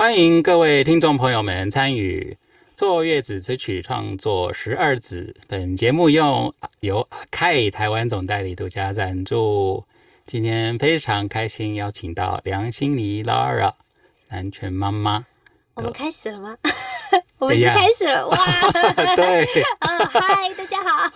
欢迎各位听众朋友们参与坐月子词曲创作12子。本节目由阿凯台湾总代理独家赞助。今天非常开心邀请到梁心颾 Lara 南拳妈妈。 我们开始了吗？我们是开始了，哇！ 对， 嗨，大家好。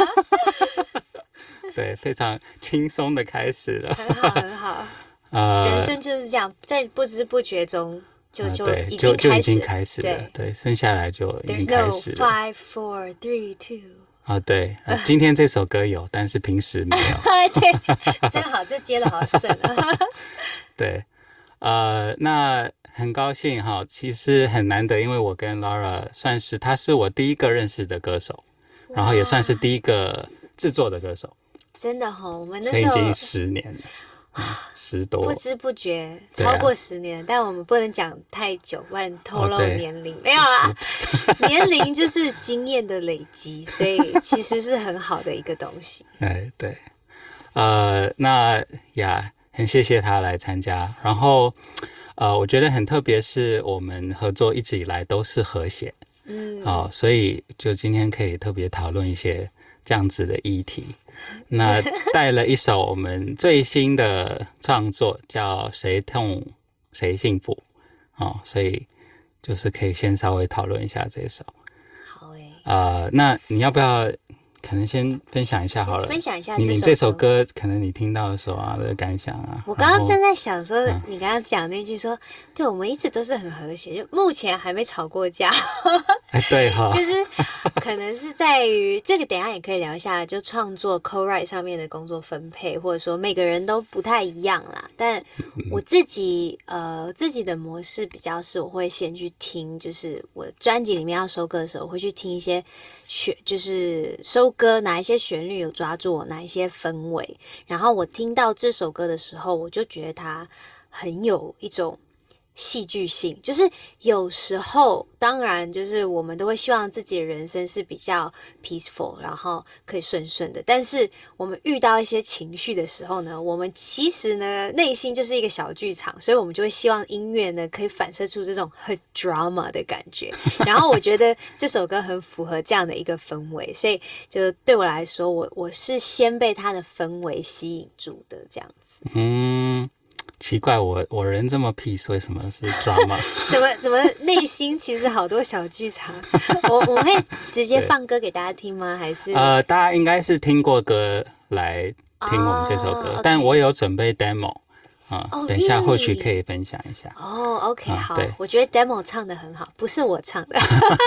对，非常轻松的开始了， 很好，很好。人生就是这样，在不知不觉中就已经开始了。 对，生下来就已经开始了。 There's no 5, 4, 3, 2。 对，今天这首歌有，但是平时没有。 对，真好，这接的好顺啊。 对，那很高兴哈，其实很难得，因为我跟 Lara 她是我第一个认识的歌手，然后也算是第一个制作的歌手。 真的哈，我们那时候所以已经10年了，10多， 不知不觉超过10年，但我们不能讲太久，不然透露年龄。没有啦，年龄就是经验的累积，所以其实是很好的一个东西。 对，那很谢谢他来参加，然后我觉得很特别，是我们合作一直以来都是和谐，所以就今天可以特别讨论一些这样子的议题。那带了一首我们最新的创作，叫《谁痛谁幸福》所以就是可以先稍微讨论一下这首。 好那你要不要可能先分享一下好了？ 分享一下你这首歌，可能你听到的时候的感想啊。 我刚刚正在想说，你刚刚讲那句说，对，我们一直都是很和谐，就目前还没吵过架。 对哈， 就是可能是在于这个，等一下也可以聊一下，就创作 co-write 上面的工作分配，或者说每个人都不太一样啦。但我自己的模式比较是，我会先去听，就是我专辑里面要收歌的时候，我会去听一些就是收歌哪一些旋律有抓住我，哪一些氛围，然后我听到这首歌的时候，我就觉得它很有一种戏剧性，就是有时候当然就是我们都会希望自己的人生是比较 peaceful， 然后可以顺顺的，但是我们遇到一些情绪的时候呢，我们其实呢内心就是一个小剧场，所以我们就会希望音乐呢可以反射出这种很 drama 的感觉。然后我觉得这首歌很符合这样的一个氛围，所以就对我来说，我是先被它的氛围吸引住的这样子。 奇怪，我人这么 peace， 为什么是 drama？ 怎么内心其实好多小剧场？我会直接放歌给大家听吗？还是大家应该是听过歌来听我们这首歌，但我有准备 demo 等一下或许可以分享一下。 OK， 好，我觉得 demo 唱得很好，不是我唱的。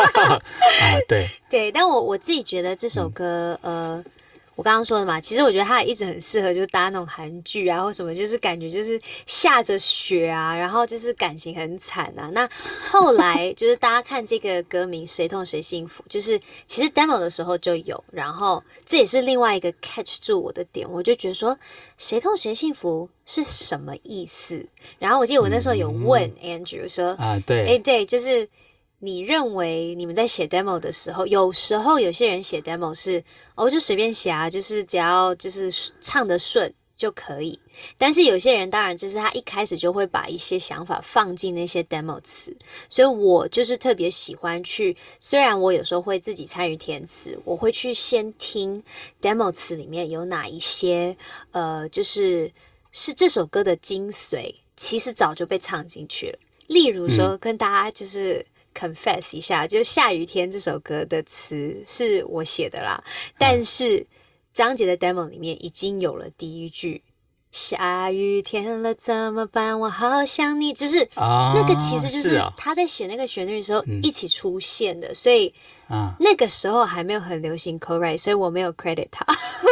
对，但我自己觉得这首歌，我刚刚说的嘛，其实我觉得它一直很适合，就是搭那种韩剧啊，或什么，就是感觉就是下着雪啊，然后就是感情很惨啊。那后来就是大家看这个歌名《谁痛谁幸福》，就是其实 demo 的时候就有，然后这也是另外一个 catch 住我的点，我就觉得说谁痛谁幸福是什么意思？然后我记得我那时候有问 Andrew 说对，就是你认为你们在写 demo 的时候，有时候有些人写 demo 是就随便写啊，就是只要就是唱得顺就可以。但是有些人当然就是他一开始就会把一些想法放进那些 demo 词，所以我就是特别喜欢去，虽然我有时候会自己参与填词，我会去先听 demo 词里面有哪一些就是这首歌的精髓，其实早就被唱进去了。例如说跟大家就是confess 一下，就下雨天这首歌的词是我写的啦，但是张杰的 demo 里面已经有了第一句下雨天了怎么办我好想你，就是那个其实就是他在写那个旋律的时候一起出现的，所以那个时候还没有很流行 co-write， 所以我没有 credit 他。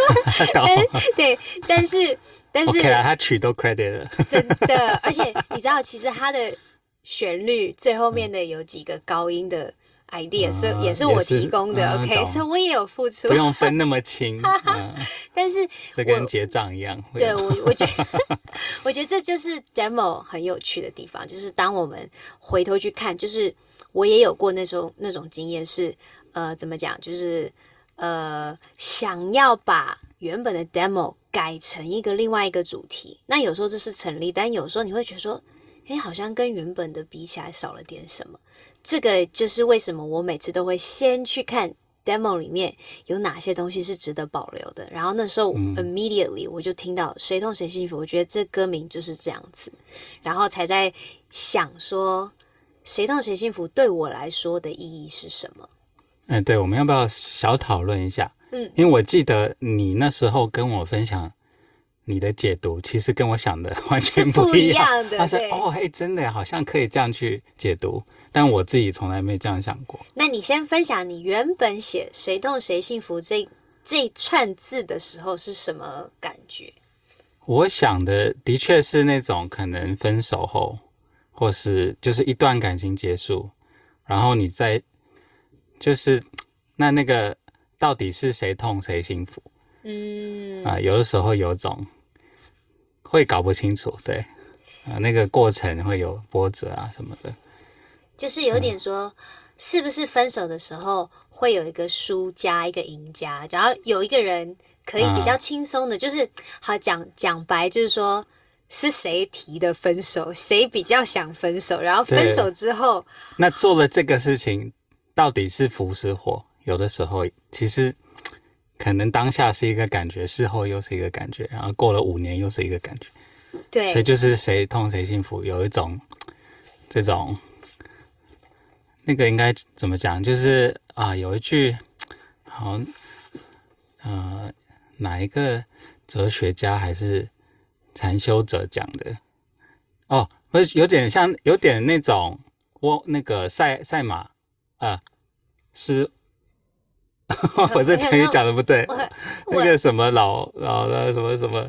但是 OK 啦，他曲都 credit 了， 真的，而且你知道其实他的旋律最后面的有几个高音的 idea 也是我提供的，OK， 所以我也有付出， 不用分那么清。 但是这跟结账一样。 对，我觉得，我觉得这就是 demo 很有趣的地方，就是当我们回头去看，就是我也有过那种经验是，怎么讲，就是想要把原本的 demo 改成另外一个主题，那有时候这是成立，但有时候你会觉得说， 好像跟原本的比起来少了点什么。这个就是为什么我每次都会先去看 demo 里面有哪些东西是值得保留的。然后那时候 immediately 我就听到谁痛谁幸福，我觉得这歌名就是这样子，然后才在想说谁痛谁幸福对我来说的意义是什么。 对，我们要不要小讨论一下？因为我记得你那时候跟我分享你的解读，其实跟我想的完全不一样。 是不一样的。 他说：“哦，真的好像可以这样去解读。”但我自己从来没这样想过。 那你先分享你原本写谁痛谁幸福这一串字的时候是什么感觉？ 我想的的确是那种可能分手后，或是就是一段感情结束，然后你再就是那个到底是谁痛谁幸福？有的时候有种会搞不清楚，对，那个过程会有波折啊什么的。 就是有点说，是不是分手的时候会有一个输家，一个赢家，然后有一个人可以比较轻松的，就是好讲白，就是说是谁提的分手，谁比较想分手，然后分手之后， 那做了这个事情到底是福是祸？有的时候其实可能当下是一个感觉，事后又是一个感觉，然后过了5年又是一个感觉。 对， 所以就是谁痛谁幸福，有一种这种。那个应该怎么讲？就是有一句好，哪一个哲学家还是禅修者讲的？有点像，有点那种那个赛马是，我这成语讲的不对，那个什么老的什么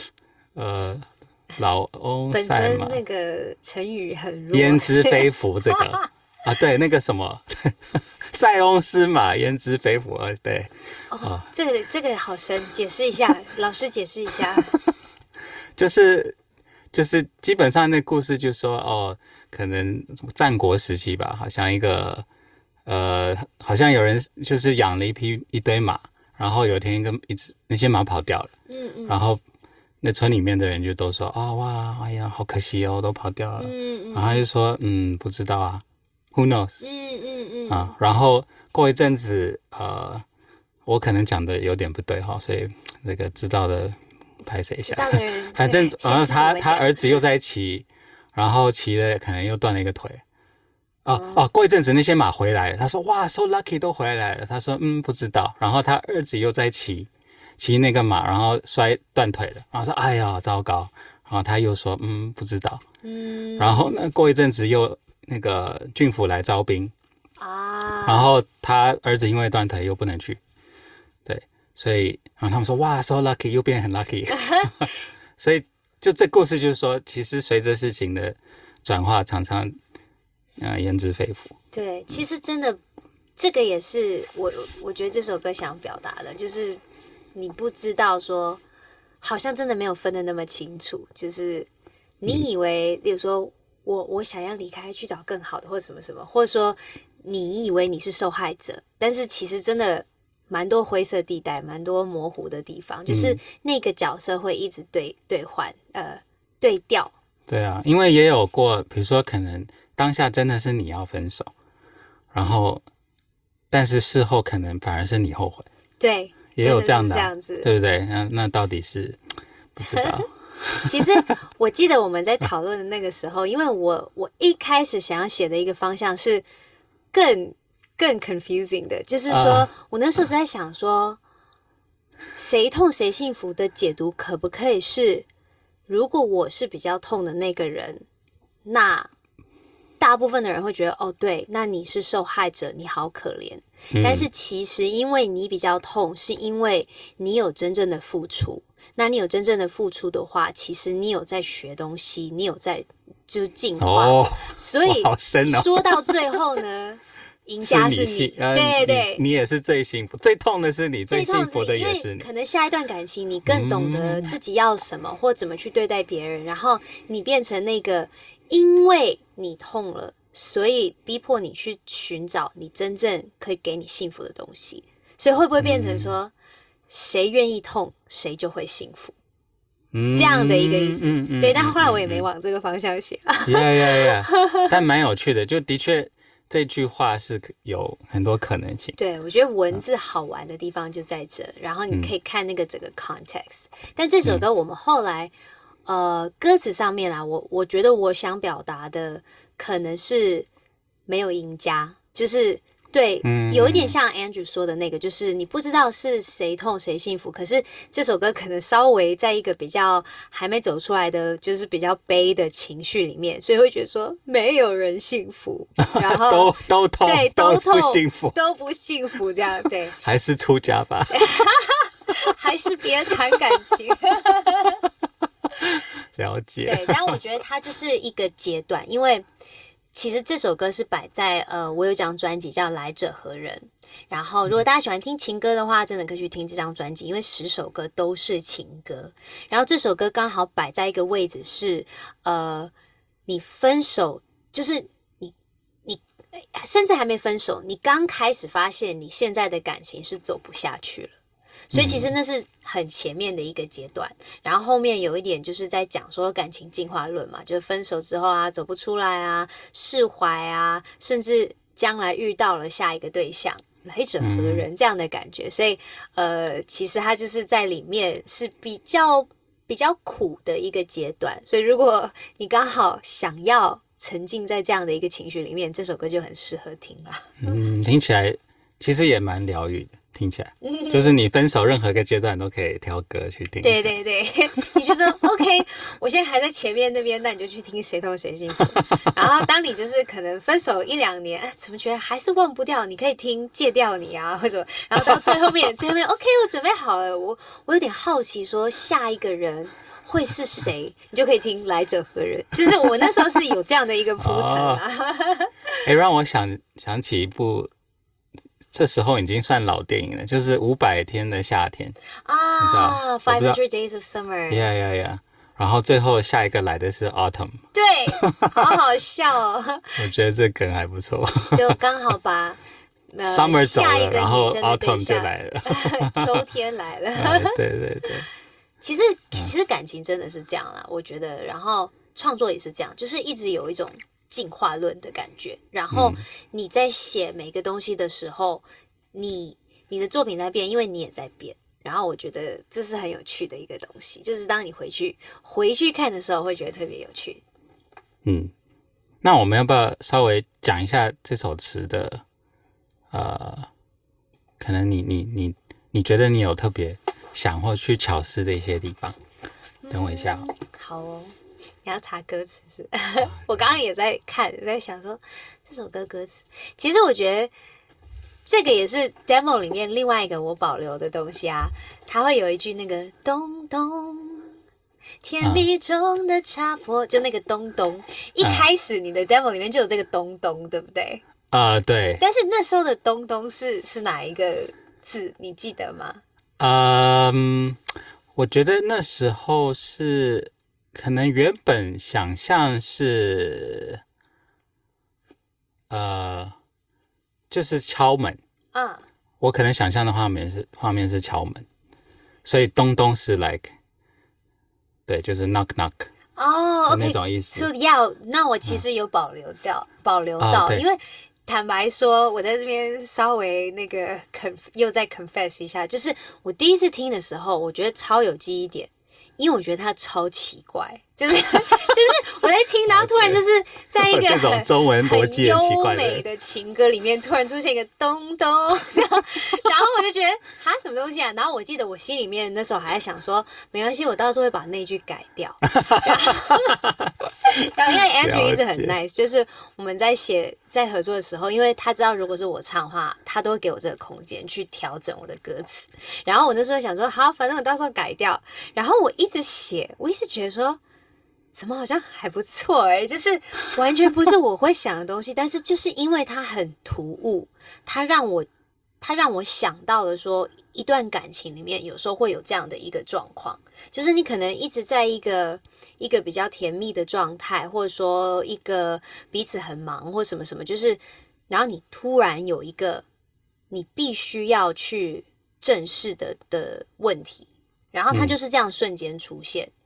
老翁赛马， 本身那个成语很弱， 焉知非福这个。对，那个什么塞翁失马焉知非福对。 这个好深，解释一下，老师解释一下。 就是基本上那故事就说可能战国时期吧，好像一个好像有人就是养了一堆马，然后有一天那些马跑掉了，然后那村里面的人就都说哇，哎呀，好可惜哦，都跑掉了。然后他就说不知道啊。Who knows？ 然后过一阵子，我可能讲的有点不对所以那个知道的拍谁一下。反正他儿子又在骑，然后骑了可能又断了一个腿。过一阵子那些马回来了，他说哇 ，so lucky 都回来了。他说不知道。然后他儿子又在骑那个马，然后断腿了。然后说哎呀糟糕。然后他又说不知道。然后呢过一阵子又。那个郡府来招兵然后他儿子因为断腿又不能去，对，所以然后他们说哇 so lucky 又变得很 lucky 所以就这故事就是说，其实随着事情的转化，常常焉知非福。 对，其实真的这个也是我觉得这首歌想表达的，就是你不知道说，好像真的没有分得那么清楚，就是你以为，例如说。我想要离开去找更好的，或者什么什么，或者说你以为你是受害者，但是其实真的蛮多灰色地带，蛮多模糊的地方，就是那个角色会一直对换对调。 对啊，因为也有过，比如说可能当下真的是你要分手，然后但是事后可能反而是你后悔。 对， 也有这样的， 这样子， 对不对？那到底是不知道。 其实我记得我们在讨论的那个时候，因为我一开始想要写的一个方向是更 confusing 的，就是说我那时候是在想说，谁痛谁幸福的解读可不可以是，如果我是比较痛的那个人，那大部分的人会觉得对，那你是受害者，你好可怜。但是其实因为你比较痛，是因为你有真正的付出。那你有真正的付出的话，其实你有在学东西，你有在就是进化。所以说到最后呢，赢家是你，对对， 你也是最幸福，最痛的是你，最幸福的也是你。 可能下一段感情你更懂得自己要什么，或怎么去对待别人，然后你变成那个，因为你痛了，所以逼迫你去寻找你真正可以给你幸福的东西。所以会不会变成说？谁愿意痛，谁就会幸福。 这样的一个意思。对，但后来我也没往这个方向写了。 但蛮有趣的，就的确这句话是有很多可能性。 对，我觉得文字好玩的地方就在这，然后你可以看那个整个 context。但这首歌我们后来歌词上面啊，我觉得我想表达的可能是没有赢家，就是对，有一点像 Andrew 说的那个，就是你不知道是谁痛谁幸福，可是这首歌可能稍微在一个比较还没走出来的，就是比较悲的情绪里面，所以会觉得说没有人幸福，然后都痛， 对，都痛， 不幸福， 都不幸福，这样对， 还是出家吧， 还是别谈感情。 了解。 对，但我觉得它就是一个阶段，因为其实这首歌是摆在我有一张专辑叫《来者何人》，然后如果大家喜欢听情歌的话，真的可以去听这张专辑，因为10首歌都是情歌，然后这首歌刚好摆在一个位置是你分手，就是你甚至还没分手，你刚开始发现你现在的感情是走不下去了。所以其实那是很前面的一个阶段，然后后面有一点就是在讲说感情进化论嘛，就是分手之后啊，走不出来啊，释怀啊，甚至将来遇到了下一个对象，来者何人这样的感觉。所以其实它就是在里面是比较苦的一个阶段。所以如果你刚好想要沉浸在这样的一个情绪里面，这首歌就很适合听啦。 听起来其实也蛮疗愈的。听起来就是你分手任何个阶段都可以挑歌去听。 对对对，你就说 OK， 我现在还在前面那边，那你就去听谁痛谁幸福。然后当你就是可能分手1、2年，怎么觉得还是忘不掉，你可以听戒掉你啊，或者然后到最后面OK， 我准备好了，我有点好奇说下一个人会是谁，你就可以听来者何人。就是我那时候是有这样的一个铺陈啊。 让我想起一部。这时候已经算老电影了，就是500天的夏天啊，500 Days of Summer。 然后最后下一个来的是 Autumn。 对，好好笑哦。 我觉得这梗还不错。 就刚好把 Summer 走了，然后 Autumn 就来了， 秋天来了。 对。 其实感情真的是这样啦，我觉得。然后创作也是这样，就是一直有一种进化论的感觉，然后你在写每个东西的时候，你的作品在变，因为你也在变。然后我觉得这是很有趣的一个东西，就是当你回去看的时候，会觉得特别有趣。 那我们要不要稍微讲一下这首词的可能你觉得你有特别想或去巧思的一些地方？等我一下。 好哦。你要查歌词是不是？我刚刚也在看，在想说这首歌词。其实我觉得这个也是 demo 里面另外一个我保留的东西啊。它会有一句那个咚咚，甜蜜中的插播，就那个咚咚。一开始你的 demo 里面就有这个咚咚，对不对？ 对。 但是那时候的咚咚是哪一个字？你记得吗？ 我觉得那时候是。可能原本想象是，就是敲门。我可能想象的画面是敲门，所以咚咚是 like， 对，就是 knock knock。那种意思。 那我其实有保留到，因为坦白说，我在这边稍微那个又再 confess 一下，就是我第一次听的时候，我觉得超有记忆点。因为我觉得它超奇怪，就是我在听，然后突然就是在一个这种中文逻辑很奇怪的优美的情歌里面，突然出现一个咚咚这样，然后我就觉得哈什么东西啊？然后我记得我心里面那时候还在想说，没关系，我到时候会把那句改掉。然后因为 Andrew 一直很 nice， 就是我们在合作的时候，因为他知道如果是我唱的话，他都会给我这个空间去调整我的歌词。然后我那时候想说，好，反正我到时候改掉。然后我一直写，我一直觉得说，怎么好像还不错就是完全不是我会想的东西，但是就是因为它很突兀，它让我想到了说，一段感情里面有时候会有这样的一个状况，就是你可能一直在一个比较甜蜜的状态，或者说一个彼此很忙或什么什么，就是然后你突然有一个你必须要去正视的问题，然后它就是这样瞬间出现。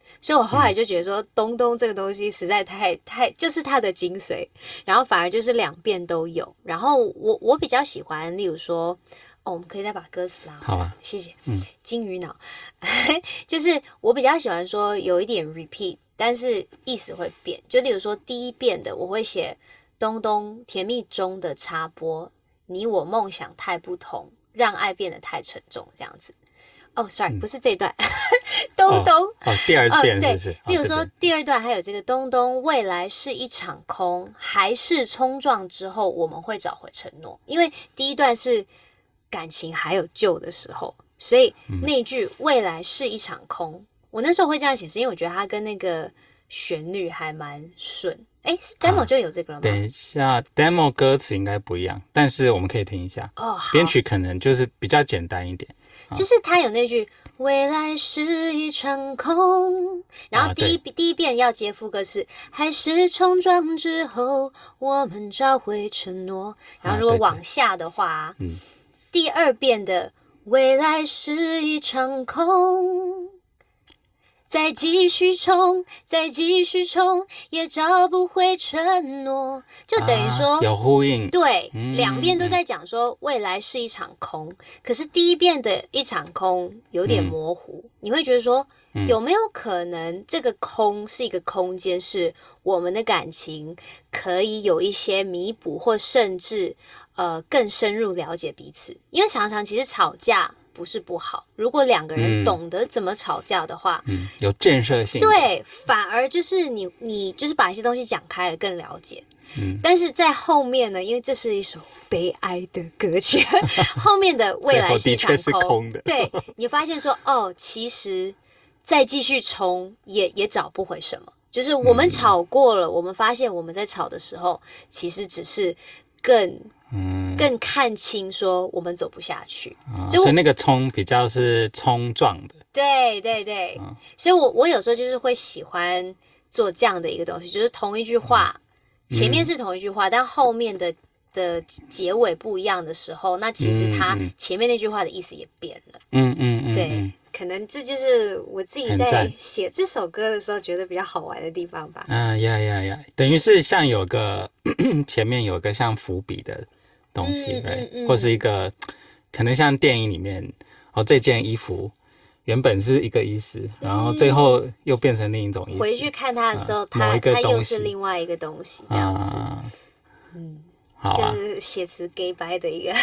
所以我后来就觉得说，东东这个东西实在太就是它的精髓，然后反而就是两边都有。然后我比较喜欢，例如说，我们可以再把歌词拉回来。 好啊， 谢谢。金鱼脑，就是我比较喜欢说有一点 repeat， 但是意思会变。就例如说第一遍的，我会写东东甜蜜中的插播，你我梦想太不同，让爱变得太沉重，这样子。sorry，不是这一段，东东。 第二遍是不是？ 例如说第二段还有这个东东，未来是一场空，还是冲撞之后我们会找回承诺？因为第一段是感情还有救的时候，所以那句未来是一场空，我那时候会这样写，是因为我觉得它跟那个旋律还蛮顺。demo 就有这个了吗？ 等一下 ，demo 歌词应该不一样，但是我们可以听一下。编曲可能就是比较简单一点。 就是他有那句未来是一场空，然后第一遍要接副歌是还是冲撞之后我们找回承诺，然后如果往下的话，第二遍的未来是一场空，再继续冲，再继续冲，也找不回承诺，就等于说有呼应。 对，两边都在讲说未来是一场空，可是第一遍的一场空有点模糊，你会觉得说有没有可能这个空是一个空间，是我们的感情可以有一些弥补，或甚至更深入了解彼此？因为常常其实吵架不是不好，如果两个人懂得怎么吵架的话， 有建设性， 对，反而就是你就是把一些东西讲开了，更了解。但是在后面呢，因为这是一首悲哀的歌曲，后面的未来是一场空， 最后的确是空的。 对，你发现说其实再继续冲也找不回什么，就是我们吵过了，我们发现我们在吵的时候，其实只是更看清说我们走不下去， 所以那个冲比较是冲撞的。 对对对，所以我有时候就是会喜欢做这样的一个东西，就是同一句话，前面是同一句话，但后面的结尾不一样的时候，那其实它前面那句话的意思也变了。对，可能这就是我自己在写这首歌的时候觉得比较好玩的地方吧。 等于是像有个前面有个像伏笔的东西，或是一个可能像电影里面，这件衣服原本是一个意思，然后最后又变成另一种意思。 回去看它的时候，它又是另外一个东西，这样子。好啊，就是写词 gay 白的一个。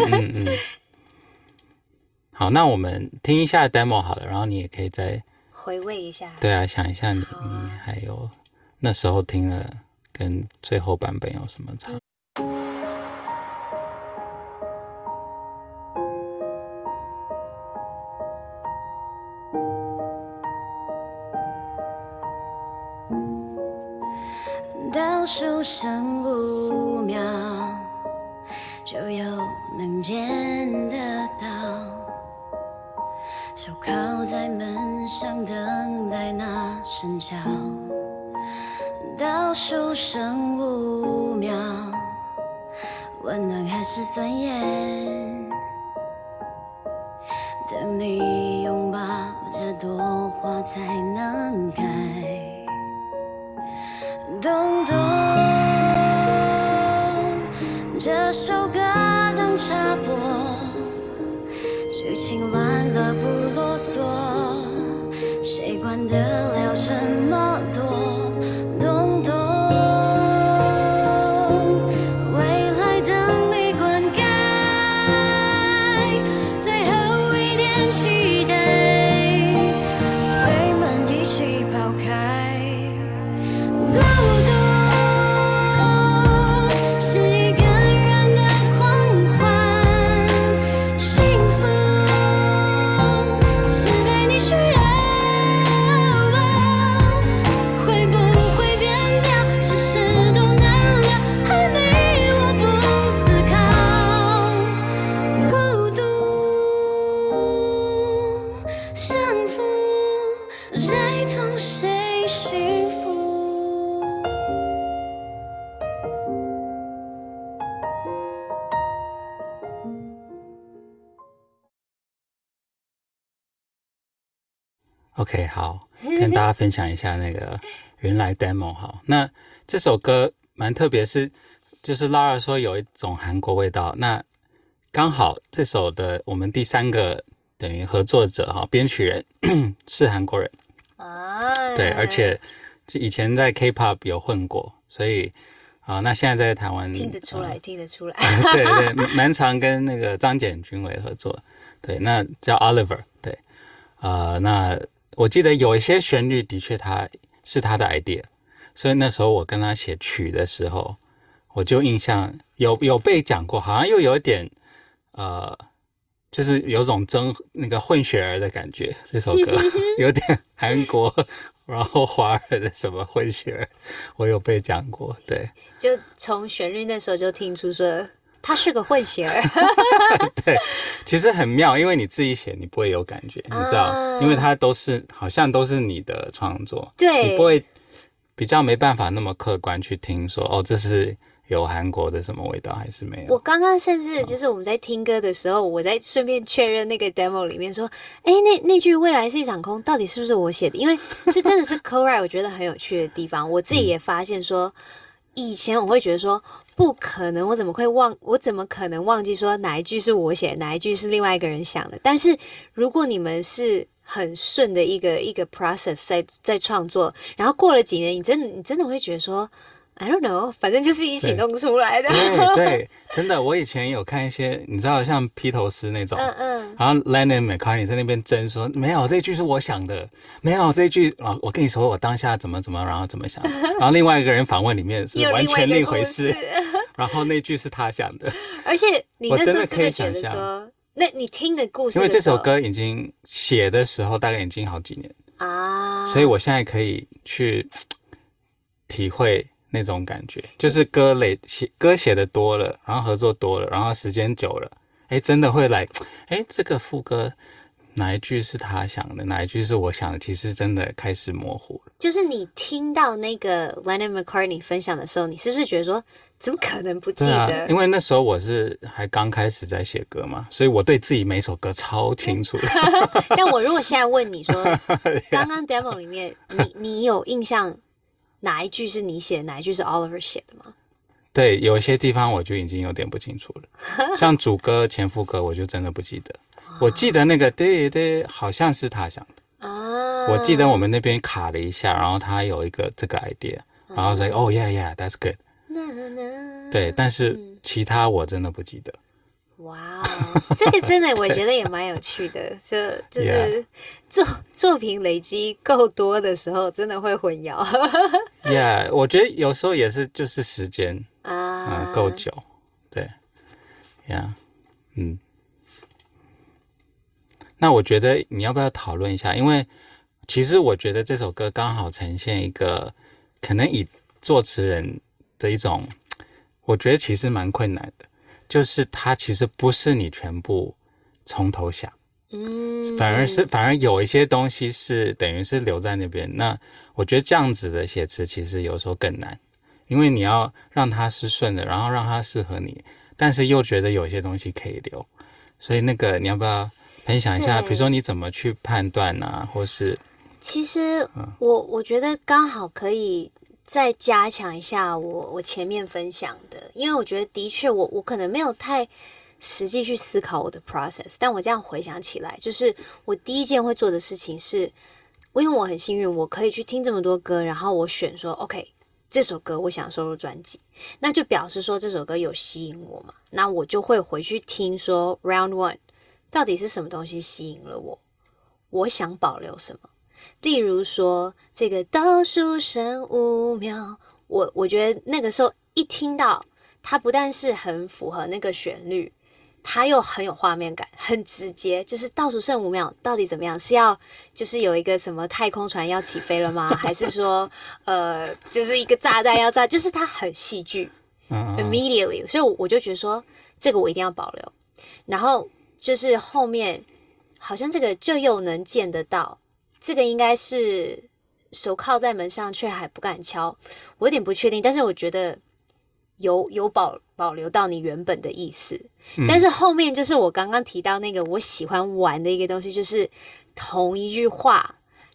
好，那我们听一下 demo 好了，然后你也可以再回味一下。 对啊，想一下你还有那时候听了跟最后版本有什么差？ 倒数剩5秒，就又能见得到，手靠在门上等待那声叫。倒数剩5秒，温暖还是酸盐，等你拥抱这朵花才能开。咚咚，这首歌当插播，剧情乱了不啰嗦，谁管得了这么多？咚咚，未来等你灌溉，最后一点期待，随门一起抛开。孤独是一个人的狂欢，幸福是被你需要吧。 OK， 好，跟大家分享一下那个原来 demo。 好，那这首歌蛮特别，就是 Lara 说有一种韩国味道，那刚好这首的我们第3个等于合作者编曲人是韩国人啊， 对，而且以前在 K-pop 有混过，所以那现在在台湾听得出来，听得出来。 对对，蛮常跟那个张简君伟合作，对，那叫 Oliver， 对，那我记得有一些旋律的确是他的 idea， 所以那时候我跟他写曲的时候，我就印象有被讲过，好像又有点就是有种那个混血儿的感觉，这首歌有点韩国然后华人的什么混血儿，我有被讲过，对， 就从旋律那时候就听出说他是个混血儿。 对，其实很妙，因为你自己写你不会有感觉，你知道，因为它好像都是你的创作， 对， 你不会比较没办法那么客观去听说这是有韩国的什么味道还是没有。 我刚刚甚至就是我们在听歌的时候，我在顺便确认那个 demo 里面说，那句未来是一场空到底是不是我写的，因为这真的是 co-write 我觉得很有趣的地方。我自己也发现说，以前我会觉得说不可能，我怎么可能忘记说哪一句是我写的，哪一句是另外一个人想的。但是如果你们是很顺的一个 process 在创作，然后过了几年，你真的会觉得说I don't know， 反正就是一起弄出来的。 对对，真的，我以前有看一些，你知道像披头士那种，然后 Lennon McCartney 在那边争说，没有这句是我想的，没有这句我跟你说我当下怎么，然后怎么想，然后另外一个人访问里面是完全另一回事，然后那句是他想的。 而且你那时候是不是觉得我真的可以想说，那你听的故事的时候， 因为这首歌已经写的时候大概已经好几年啊，所以我现在可以去体会那种感觉，就是歌写的多了，然后合作多了，然后时间久了，真的会来，这个副歌哪一句是他想的，哪一句是我想的，其实真的开始模糊了。 就是你听到那个 Lennon McCartney 分享的时候，你是不是觉得说，怎么可能不记得？ 因为那时候我是还刚开始在写歌嘛，所以我对自己每首歌超清楚的。 但我如果现在问你说，刚刚 demo 里面，你有印象哪一句是你写的，哪一句是 Oliver 写的吗？ 对，有些地方我就已经有点不清楚了，像主歌、前副歌，我就真的不记得。我记得那个对，好像是他想的啊。我记得我们那边卡了一下，然后他有一个这个 idea， 然后说哦 yeah that's good。对，但是其他我真的不记得。 哇哦，这个真的我觉得也蛮有趣的，就是作品累积够多的时候，真的会混淆。 Yeah， 我觉得有时候也是就是时间够久，对，Yeah， 那我觉得你要不要讨论一下？因为其实我觉得这首歌刚好呈现一个可能以作词人的一种，我觉得其实蛮困难的。就是它其实不是你全部从头想，反而有一些东西是等于是留在那边。那我觉得这样子的写词其实有时候更难，因为你要让它是顺的，然后让它适合你，但是又觉得有些东西可以留。所以那个你要不要分享一下？比如说你怎么去判断啊，或是？ 其实我觉得刚好可以再加强一下我前面分享的，因为我觉得的确我可能没有太实际去思考我的 process， 但我这样回想起来，就是我第一件会做的事情是，因为我很幸运，我可以去听这么多歌，然后我选说 OK 这首歌我想收入专辑，那就表示说这首歌有吸引我嘛，那我就会回去听说 round one 到底是什么东西吸引了我想保留什么。例如说这个倒数剩5秒，我觉得那个时候一听到它，不但是很符合那个旋律，它又很有画面感，很直接，就是倒数剩5秒到底怎么样？是要就是有一个什么太空船要起飞了吗？还是说就是一个炸弹要炸？就是它很戏剧，immediately， 所以我就觉得说这个我一定要保留。然后就是后面好像这个就又能见得到。这个应该是手铐在门上却还不敢敲，我有点不确定，但是我觉得有保留到你原本的意思，但是后面就是我刚刚提到那个我喜欢玩的一个东西，就是同一句话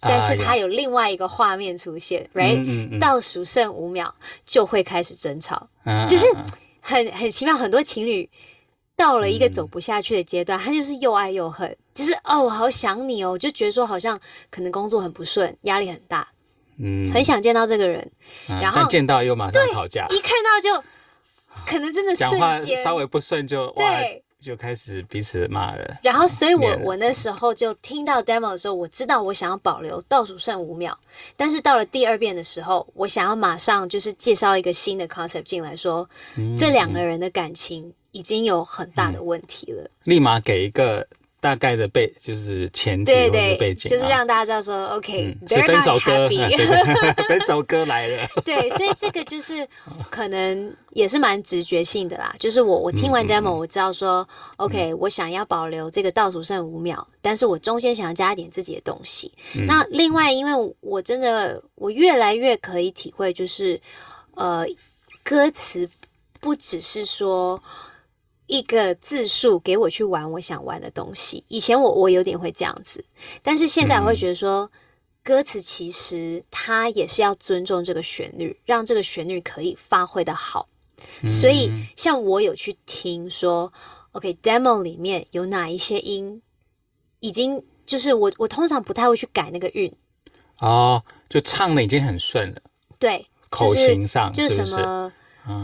但是它有另外一个画面出现，right？倒数剩5秒就会开始争吵，就是很奇妙。很多情侣到了一个走不下去的阶段，他就是又爱又恨，就是我好想你哦，就觉得说好像可能工作很不顺，压力很大，很想见到这个人，然后但见到又马上吵架， 一看到就可能真的瞬讲话间稍微不顺就就开始彼此骂了。 然后，所以我那时候就听到 demo 的时候，我知道我想要保留倒数剩5秒，但是到了第2遍的时候，我想要马上就是介绍一个新的 concept 进来说，这2个人的感情已经有很大的问题了， 立马给一个大概的就是前提或是背景， 就是让大家知道说 OK， 是分手歌，分手歌来了。 对，所以这个就是可能也是蛮直觉性的啦。就是我听完 demo，我知道说 OK，我想要保留这个倒数剩5秒，但是我中间想要加一点自己的东西。那另外，因为我真的我越来越可以体会，就是歌词不只是说一个字数给我去玩我想玩的东西，以前我有点会这样子，但是现在我会觉得说，歌词其实它也是要尊重这个旋律，让这个旋律可以发挥的好。所以像我有去听说 OK demo 里面有哪一些音已经就是我通常不太会去改那个韵就唱的已经很顺了， 对， 口型上就是什么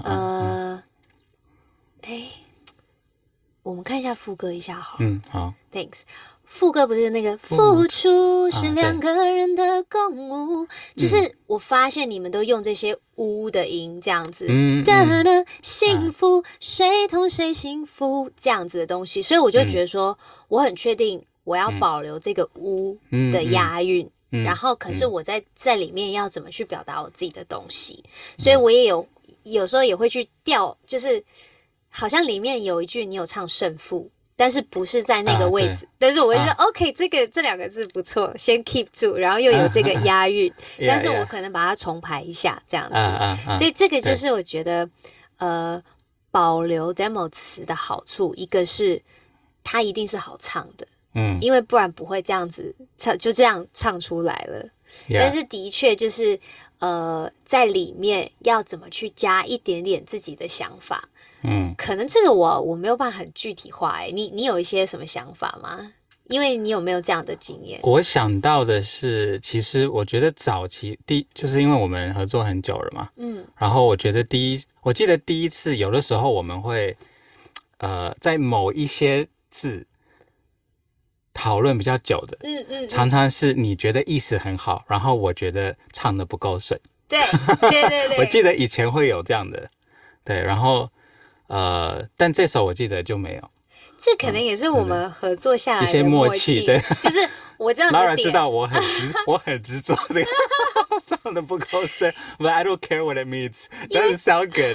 我们看一下副歌一下好了。 好 ，Thanks。副歌不是那个付出是2个人的共舞，就是我发现你们都用这些呜的音这样子，的幸福谁同谁幸福这样子的东西，所以我就觉得说，我很确定我要保留这个呜的押韵，然后可是我在里面要怎么去表达我自己的东西，所以我也有时候也会去调，就是好像里面有一句你有唱胜负。但是不是在那个位置，但是我就说 OK， 这2个字不错，先 keep 住，然后又有这个押韵，但是我可能把它重排一下这样子，所以这个就是我觉得保留 demo 词的好处，一个是它一定是好唱的，因为不然不会这样子唱，就这样唱出来了。但是的确就是在里面要怎么去加一点点自己的想法。可能这个我没有办法很具体化你有一些什么想法吗？因为你有没有这样的经验？ 我想到的是，其实我觉得早期就是因为我们合作很久了嘛，然后我觉得我记得第一次有的时候我们会在某一些字讨论比较久的，常常是你觉得意思很好，然后我觉得唱得不够顺， 对， 我记得以前会有这样的，对，然后但这首我记得就没有， 这可能也是我们合作下来的一些默契，对， 就是我知道你的点 Lara 知道我很执着这个唱得不够顺 ，But I don't care what it means. Doesn't sound good.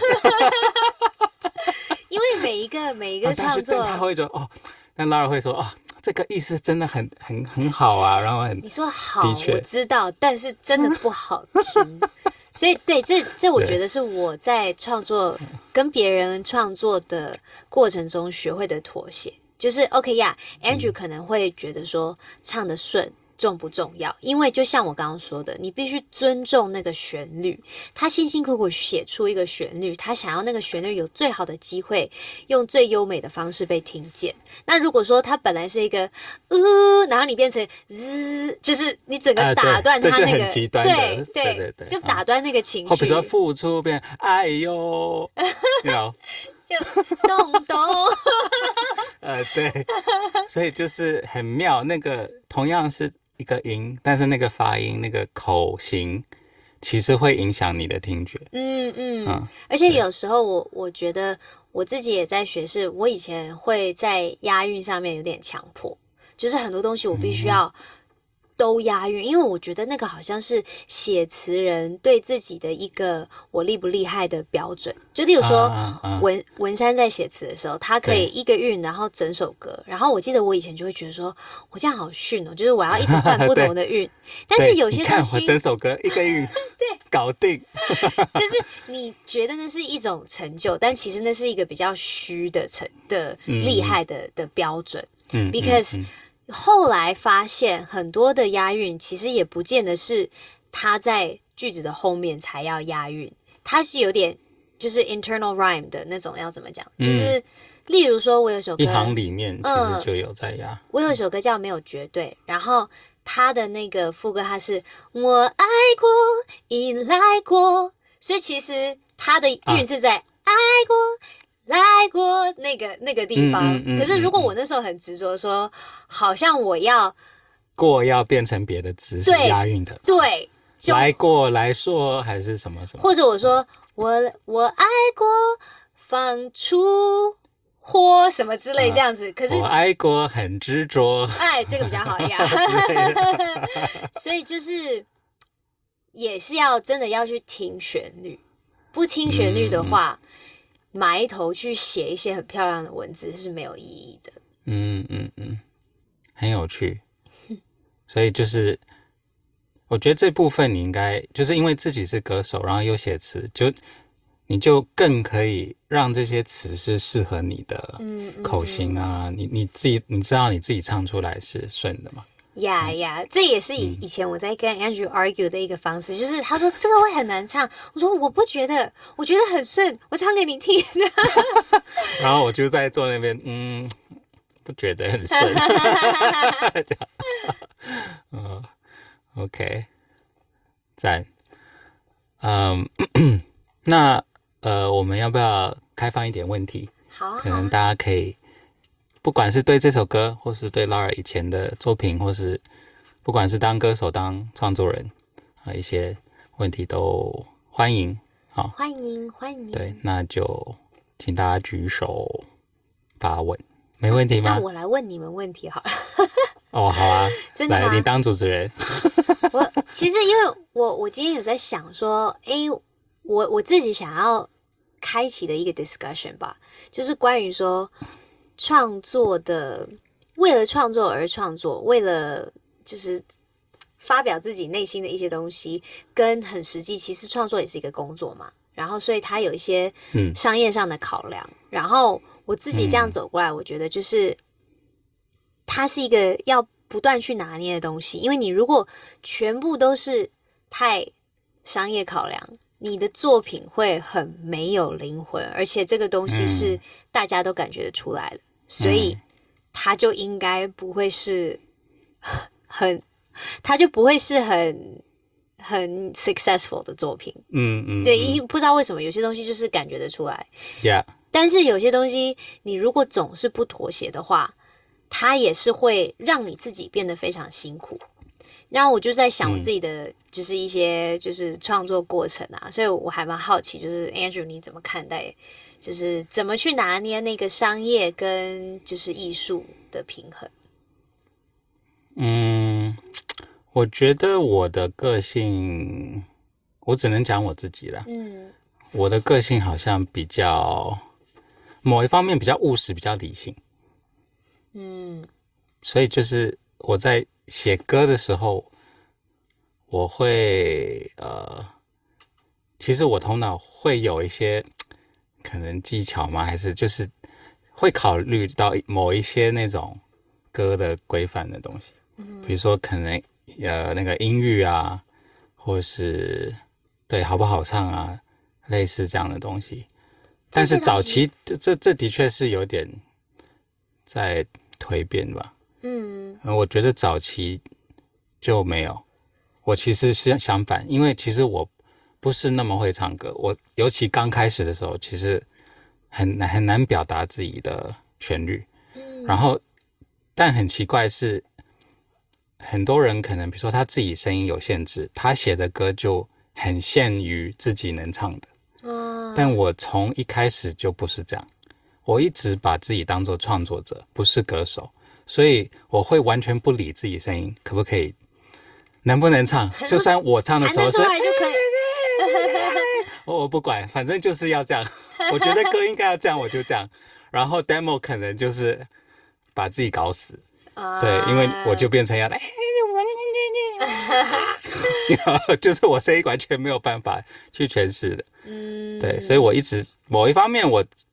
因为每一个创作， 他会觉得但 Lara 会说这个意思真的很好啊，然后你说好，我知道，但是真的不好听。所以对，这我觉得是我在创作跟别人创作的过程中学会的妥协，就是 OK 呀，Andrew 可能会觉得说唱得顺重不重要，因为就像我刚刚说的，你必须尊重那个旋律，他辛辛苦苦写出一个旋律，他想要那个旋律有最好的机会用最优美的方式被听见。那如果说他本来是一个然后你变成就是你整个打断他那个， 这就很极端的， 对，就打断那个情绪。 或比如说付出变哎呦就咚咚对，所以就是很妙，那个同样是一个音，但是那个发音那个口型其实会影响你的听觉。 而且有时候我觉得我自己也在学，是我以前会在押韵上面有点强迫，就是很多东西我必须要都押韵，因为我觉得那个好像是写词人对自己的一个我厉不厉害的标准。就例如说文山在写词的时候，他可以一个韵然后整首歌，然后我记得我以前就会觉得说我这样好逊哦，就是我要一直换不同的韵但是有些东西你看我整首歌一个韵对搞定就是你觉得那是一种成就，但其实那是一个比较虚的厉害的标准because 后来发现很多的押韵其实也不见得是它在句子的后面才要押韵，它是有点就是 internal rhyme 的那种，要怎么讲？就是例如说，我有首歌一行里面其实就有在押。 我有一首歌叫《没有绝对》，然后它的那个副歌它是我爱过，依赖过，所以其实它的韵是在爱过。来过那个地方，可是如果我那时候很执着说，好像我要过要变成别的字是押韵的， 对， 来过来说还是什么什么， 或者我说我爱过放出或什么之类这样子，可是我爱过很执着， 哎，这个比较好呀，所以就是也是要真的要去听旋律，不听旋律的话。埋头去写一些很漂亮的文字是没有意义的。 很有趣。所以就是我觉得这部分你应该就是因为自己是歌手，然后又写词，你就更可以让这些词是适合你的口型啊，你知道你自己唱出来是顺的吗？ 呀，这也是以前我在跟 Andrew argue 的一个方式，就是他说这个会很难唱，我说我不觉得，我觉得很顺，我唱给你听。 然后我就在坐那边，不觉得很顺。OK， 赞。那我们要不要开放一点问题？ 好啊， 可能大家可以。不管是对这首歌，或是对 Lara 以前的作品，或是不管是当歌手、当创作人一些问题都欢迎。好， 欢迎。 对，那就请大家举手发问，没问题吗？ 那我来问你们问题好了。 哦，好啊， 真的吗？ 来，你当主持人。 其实因为我今天有在想说，我自己想要开启的一个 discussion 吧，就是关于说。创作的，为了创作而创作，为了就是发表自己内心的一些东西，跟很实际，其实创作也是一个工作嘛。然后，所以它有一些商业上的考量。然后我自己这样走过来，我觉得就是它是一个要不断去拿捏的东西。因为你如果全部都是太商业考量，你的作品会很没有灵魂，而且这个东西是大家都感觉得出来的，所以它就应该不会是它就不会是很 successful 的作品。对，不知道为什么有些东西就是感觉得出来。但是有些东西你如果总是不妥协的话，它也是会让你自己变得非常辛苦。然后我就在想我自己的就是一些就是创作过程啊，所以我还蛮好奇，就是 Andrew 你怎么看待，就是怎么去拿捏那个商业跟就是艺术的平衡？ 我觉得我的个性，我只能讲我自己啦。我的个性好像比较某一方面比较务实，比较理性。所以就是我在写歌的时候，我会其实我头脑会有一些可能技巧吗？还是就是会考虑到某一些那种歌的规范的东西，比如说可能那个音域啊，或是对好不好唱啊，类似这样的东西。但是早期这的确是有点在蜕变吧。我觉得早期就没有，我其实是相反，因为其实我不是那么会唱歌，我尤其刚开始的时候，其实很难表达自己的旋律。然后，但很奇怪是，很多人可能比如说他自己声音有限制，他写的歌就很限于自己能唱的。但我从一开始就不是这样，我一直把自己当作创作者，不是歌手。所以我会完全不理自己声音可不可以，能不能唱，就算我唱的时候是弹得出来就可以我不管，反正就是要这样。我觉得歌应该要这样，我就这样。然后 demo 可能就是把自己搞死，对，因为我就变成要就是我声音完全没有办法去诠释的。对，所以我一直某一方面我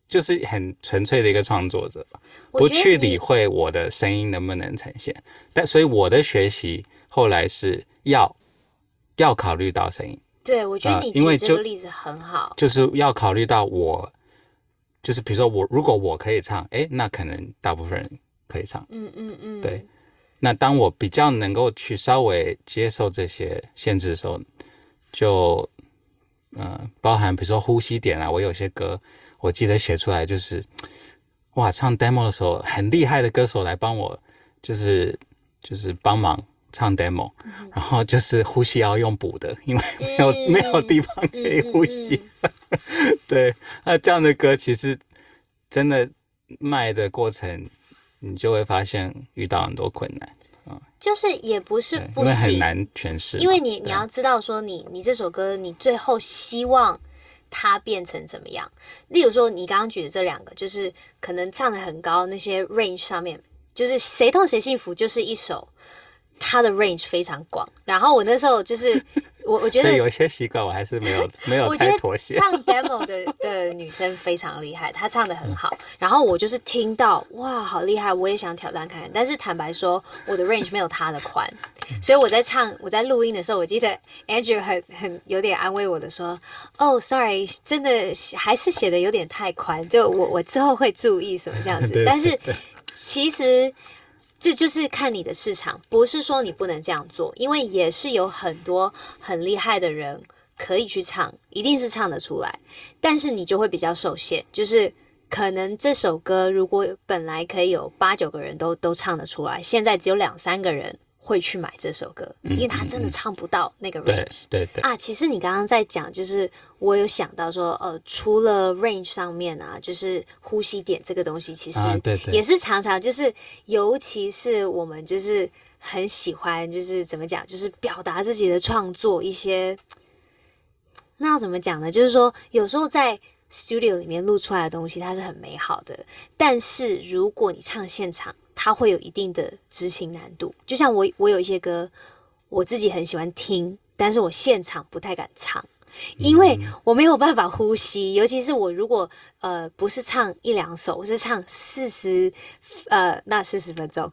就是很纯粹的一个创作者，不去理会我的声音能不能呈现。所以我的学习后来是要考虑到声音。 对，我觉得你举这个例子很好， 就是要考虑到我，就是比如说如果我可以唱，那可能大部分人可以唱。对。那当我比较能够去稍微接受这些限制的时候，就包含比如说呼吸点啊，我有些歌我记得写出来就是哇，唱 demo 的时候很厉害的歌手来帮我，就是帮忙唱 demo，然后就是呼吸要用补的，因为没有地方可以呼吸。对，那这样的歌其实真的卖的过程，你就会发现遇到很多困难。 就是也不是不行， 因为很难诠释。 因为你要知道说你这首歌你最后希望它变成怎么样。例如说你刚刚举的这两个，就是可能唱得很高，那些 range 上面，就是谁痛谁幸福就是一首它的 range 非常广。然后我那时候就是我觉得， 所以有一些习惯我还是没有太妥协。 唱 demo 的女生非常厉害，她唱得很好。然后我就是听到哇，好厉害，我也想挑战看看。但是坦白说，我的 range 没有她的宽，所以我在录音的时候，我记得 Andrew 很有点安慰我的说：“哦 ，sorry， 真的还是写的有点太宽，就我之后会注意什么这样子。”但是其实。这就是看你的市场，不是说你不能这样做，因为也是有很多很厉害的人可以去唱，一定是唱得出来，但是你就会比较受限，就是可能这首歌如果本来可以有8、9个人都唱得出来，现在只有2、3个人会去买这首歌，因为他真的唱不到那个 range。 对啊，其实你刚刚在讲，就是我有想到说，除了 range 上面啊，就是呼吸点这个东西，其实也是常常就是，尤其是我们就是很喜欢，就是怎么讲，就是表达自己的创作一些，那要怎么讲呢？就是说，有时候在 studio 里面录出来的东西，它是很美好的，但是如果你唱现场，它会有一定的执行难度。就像我有一些歌，我自己很喜欢听，但是我现场不太敢唱，因为我没有办法呼吸。尤其是我如果不是唱1、2首，我是唱40分钟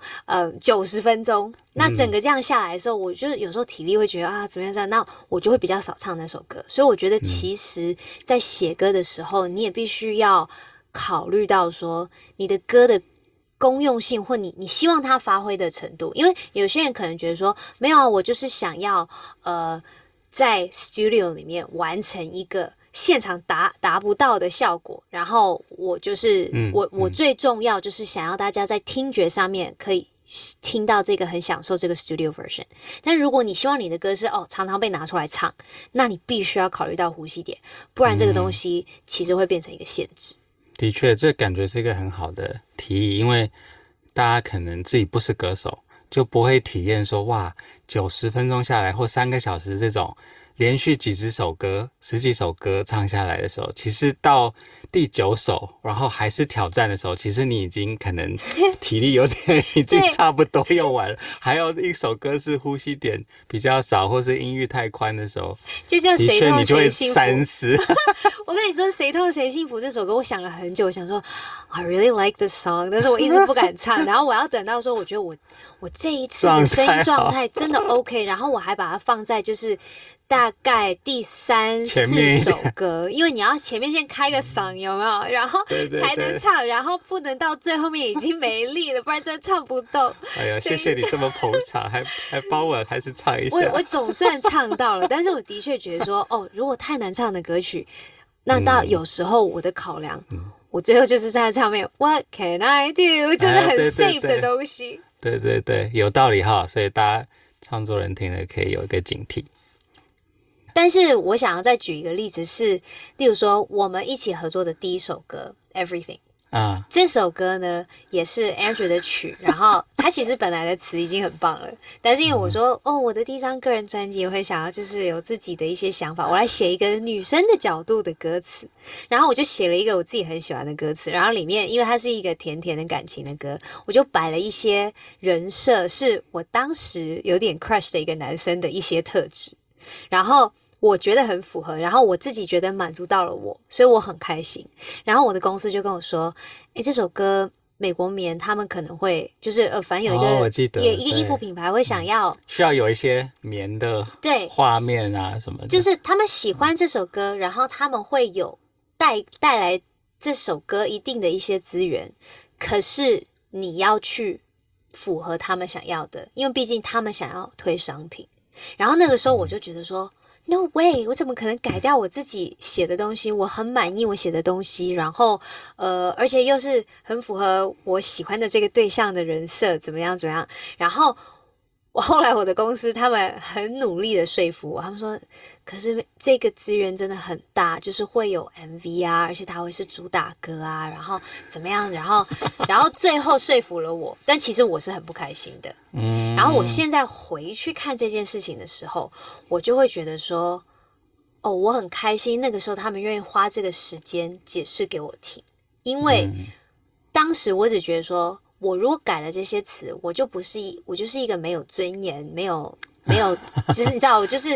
90分钟，那整个这样下来的时候，我就有时候体力会觉得啊怎么样，那我就会比较少唱那首歌。所以我觉得其实在写歌的时候，你也必须要考虑到说你的歌的公用性，或你希望它发挥的程度。因为有些人可能觉得说没有啊，我就是想要在 studio 里面完成一个现场达不到的效果，然后我就是我最重要就是想要大家在听觉上面可以听到这个很享受这个 studio version。 但如果你希望你的歌是常常被拿出来唱，那你必须要考虑到呼吸点，不然这个东西其实会变成一个限制。 的确，这感觉是一个很好的提议，因为大家可能自己不是歌手，就不会体验说哇90分钟下来或3个小时这种连续几十首歌、10几首歌唱下来的时候，其实到第9首，然后还是挑战的时候，其实你已经可能体力有点已经差不多用完了。还有一首歌是呼吸点比较少，或是音域太宽的时候， 就像谁痛谁幸福， 三思。 我跟你说，谁痛谁幸福这首歌，我想了很久，想说 I really like this song， 但是我一直不敢唱。然后我要等到说，我觉得我这一次的声音状态真的 OK， 然后我还把它放在就是大概第3、4首歌，因为你要前面先开个嗓，有没有？然后才能唱，然后不能到最后面已经没力了，不然真的唱不动。 哎呀，谢谢你这么捧场，还帮我还是唱一下。 我总算唱到了，但是我的确觉得说，如果太难唱的歌曲，那到有时候我的考量，我最后就是在上面 What can I do， 真的很 safe 的东西。 对对对，有道理哈，所以大家创作人听了可以有一个警惕。 但是我想要再举一个例子是，例如说我们一起合作的第一首歌 Everything 啊，这首歌呢也是 Andrew 的曲，然后他其实本来的词已经很棒了，但是因为我说我的第一张个人专辑我会想要就是有自己的一些想法，我来写一个女生的角度的歌词，然后我就写了一个我自己很喜欢的歌词，然后里面因为它是一个甜甜的感情的歌，我就摆了一些人设是我当时有点 crush 的一个男生的一些特质，然后我觉得很符合，然后我自己觉得满足到了我，所以我很开心。然后我的公司就跟我说，这首歌美国棉他们可能会就是反正有一个、 我记得一个衣服品牌会想要、 需要有一些棉的画面啊什么的， 就是他们喜欢这首歌，然后他们会有带来这首歌一定的一些资源，可是你要去符合他们想要的，因为毕竟他们想要推商品。然后那个时候我就觉得说，No way， 我怎么可能改掉我自己写的东西？我很满意我写的东西，然后而且又是很符合我喜欢的这个对象的人设，怎么样？然后后来我的公司他们很努力的说服我，他们说，可是这个资源真的很大，就是会有 MV 啊，而且它会是主打歌啊，然后怎么样？然后最后说服了我，但其实我是很不开心的。然后我现在回去看这件事情的时候，我就会觉得说，我很开心，那个时候他们愿意花这个时间解释给我听，因为当时我只觉得说，我如果改了这些词，我就是一个没有尊严，没有，就是你知道，我就是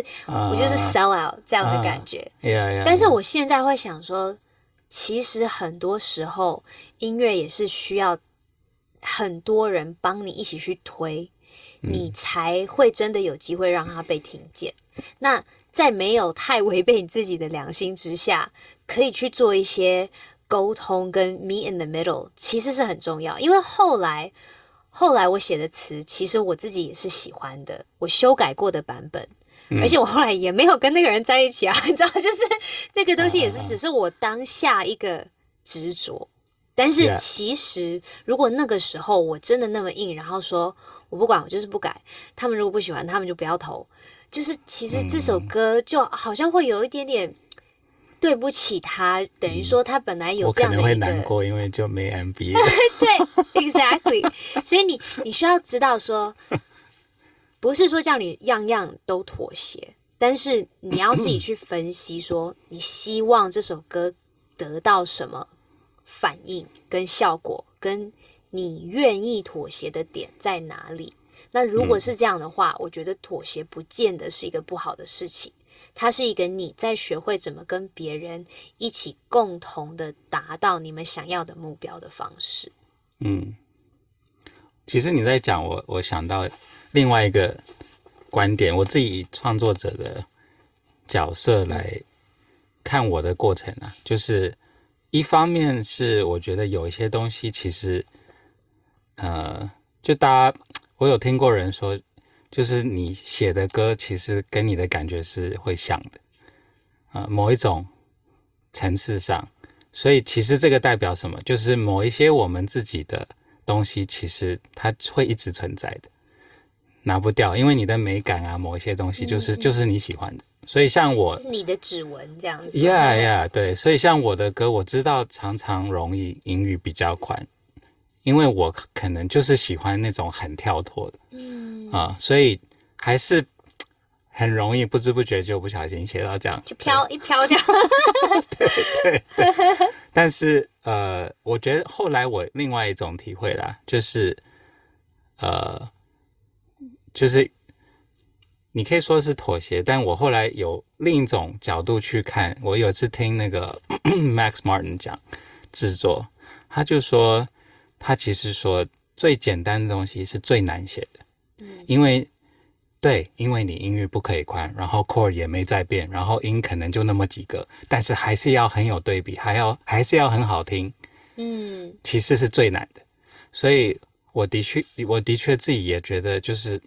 sell out 这样的感觉。但是我现在会想说，其实很多时候音乐也是需要很多人帮你一起去推，你才会真的有机会让它被听见。那在没有太违背你自己的良心之下，可以去做一些沟通跟 meet in the middle， 其实是很重要。因为后来我写的词，其实我自己也是喜欢的，我修改过的版本，而且我后来也没有跟那个人在一起啊，你知道，就是那个东西也是只是我当下一个执着。但是其实如果那个时候我真的那么硬，然后说我不管，我就是不改，他们如果不喜欢，他们就不要投，就是其实这首歌就好像会有一点点对不起他，等于说他本来有这样的一个， 我可能会难过，因为就没 MV 对 exactly 所以你需要知道说，不是说叫你样样都妥协，但是你要自己去分析说，你希望这首歌得到什么反应跟效果，跟你愿意妥协的点在哪里。那如果是这样的话，我觉得妥协不见得是一个不好的事情，它是一个你在学会怎么跟别人一起共同的达到你们想要的目标的方式。 其实你在讲我想到另外一个观点，我自己以创作者的角色来看我的过程啊，就是一方面是我觉得有一些东西其实就我有听过人说，就是你写的歌其实跟你的感觉是会像的，某一种层次上，所以其实这个代表什么？就是某一些我们自己的东西，其实它会一直存在的，拿不掉，因为你的美感啊，某一些东西就是你喜欢的。所以像我， 就是你的指纹这样子。 对，所以像我的歌，我知道常常容易音域比较宽，因为我可能就是喜欢那种很跳脱的，所以还是很容易不知不觉就不小心写到这样， 就飘一飘这样。 对。但是我觉得后来我另外一种体会啦，就是你可以说是妥协，但我后来有另一种角度去看。我有一次听那个Max Martin 讲制作，他就说他其实说最简单的东西是最难写的，因为你音域不可以宽，然后 chord 也没在变，然后音可能就那么几个，但是还是要很有对比，还是要很好听，其实是最难的。所以我的确自己也觉得就是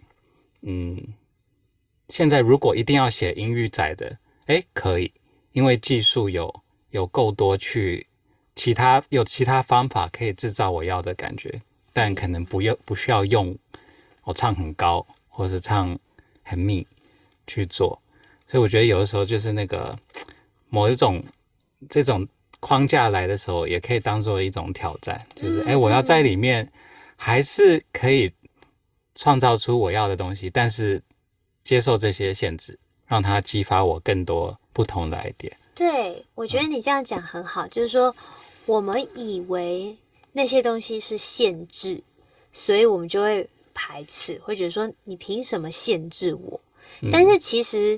现在如果一定要写音域窄的，可以，因为技术有够多，去其他方法可以制造我要的感觉，但可能不需要用我唱很高或是唱很密去做。所以我觉得有的时候就是那个某一种这种框架来的时候，也可以当做一种挑战，就是我要在里面还是可以创造出我要的东西，但是接受这些限制，让它激发我更多不同的 idea。 对，我觉得你这样讲很好，就是说我们以为那些东西是限制，所以我们就会排斥，会觉得说你凭什么限制我？但是其实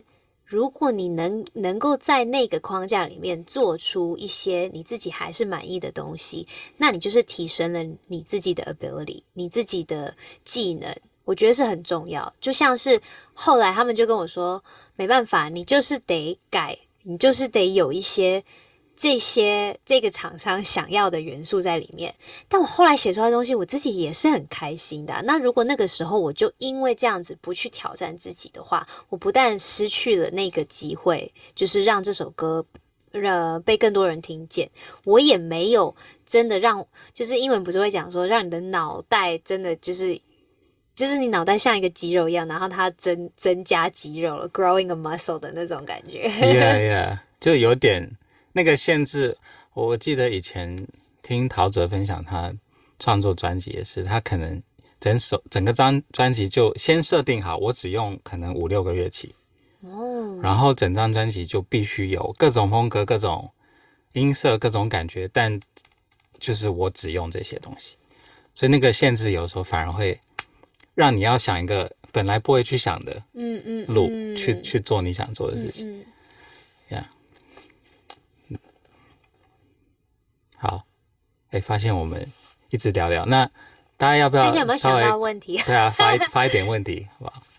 如果你能够在那个框架里面做出一些你自己还是满意的东西，那你就是提升了你自己的 ability， 你自己的技能，我觉得是很重要。就像是后来他们就跟我说，没办法，你就是得改，你就是得有一些这个厂商想要的元素在里面。但我后来写出来的东西，我自己也是很开心的那如果那个时候我就因为这样子不去挑战自己的话，我不但失去了那个机会，就是让这首歌被更多人听见，我也没有真的让，就是英文不是会讲说，让你的脑袋真的就是你脑袋像一个肌肉一样，然后它增加肌肉了 ，growing a muscle 的那种感觉。 Yeah， 就有点那个限制。我记得以前听陶喆分享他创作专辑也是，他可能整个专辑就先设定好，我只用可能5-6个乐器，然后整张专辑就必须有各种风格、各种音色、各种感觉，但就是我只用这些东西，所以那个限制有时候反而会让你要想一个本来不会去想的路，去做你想做的事情。好，发现我们一直聊，那大家要不要大家有没有想到问题？ 对啊，发一点问题，好不好？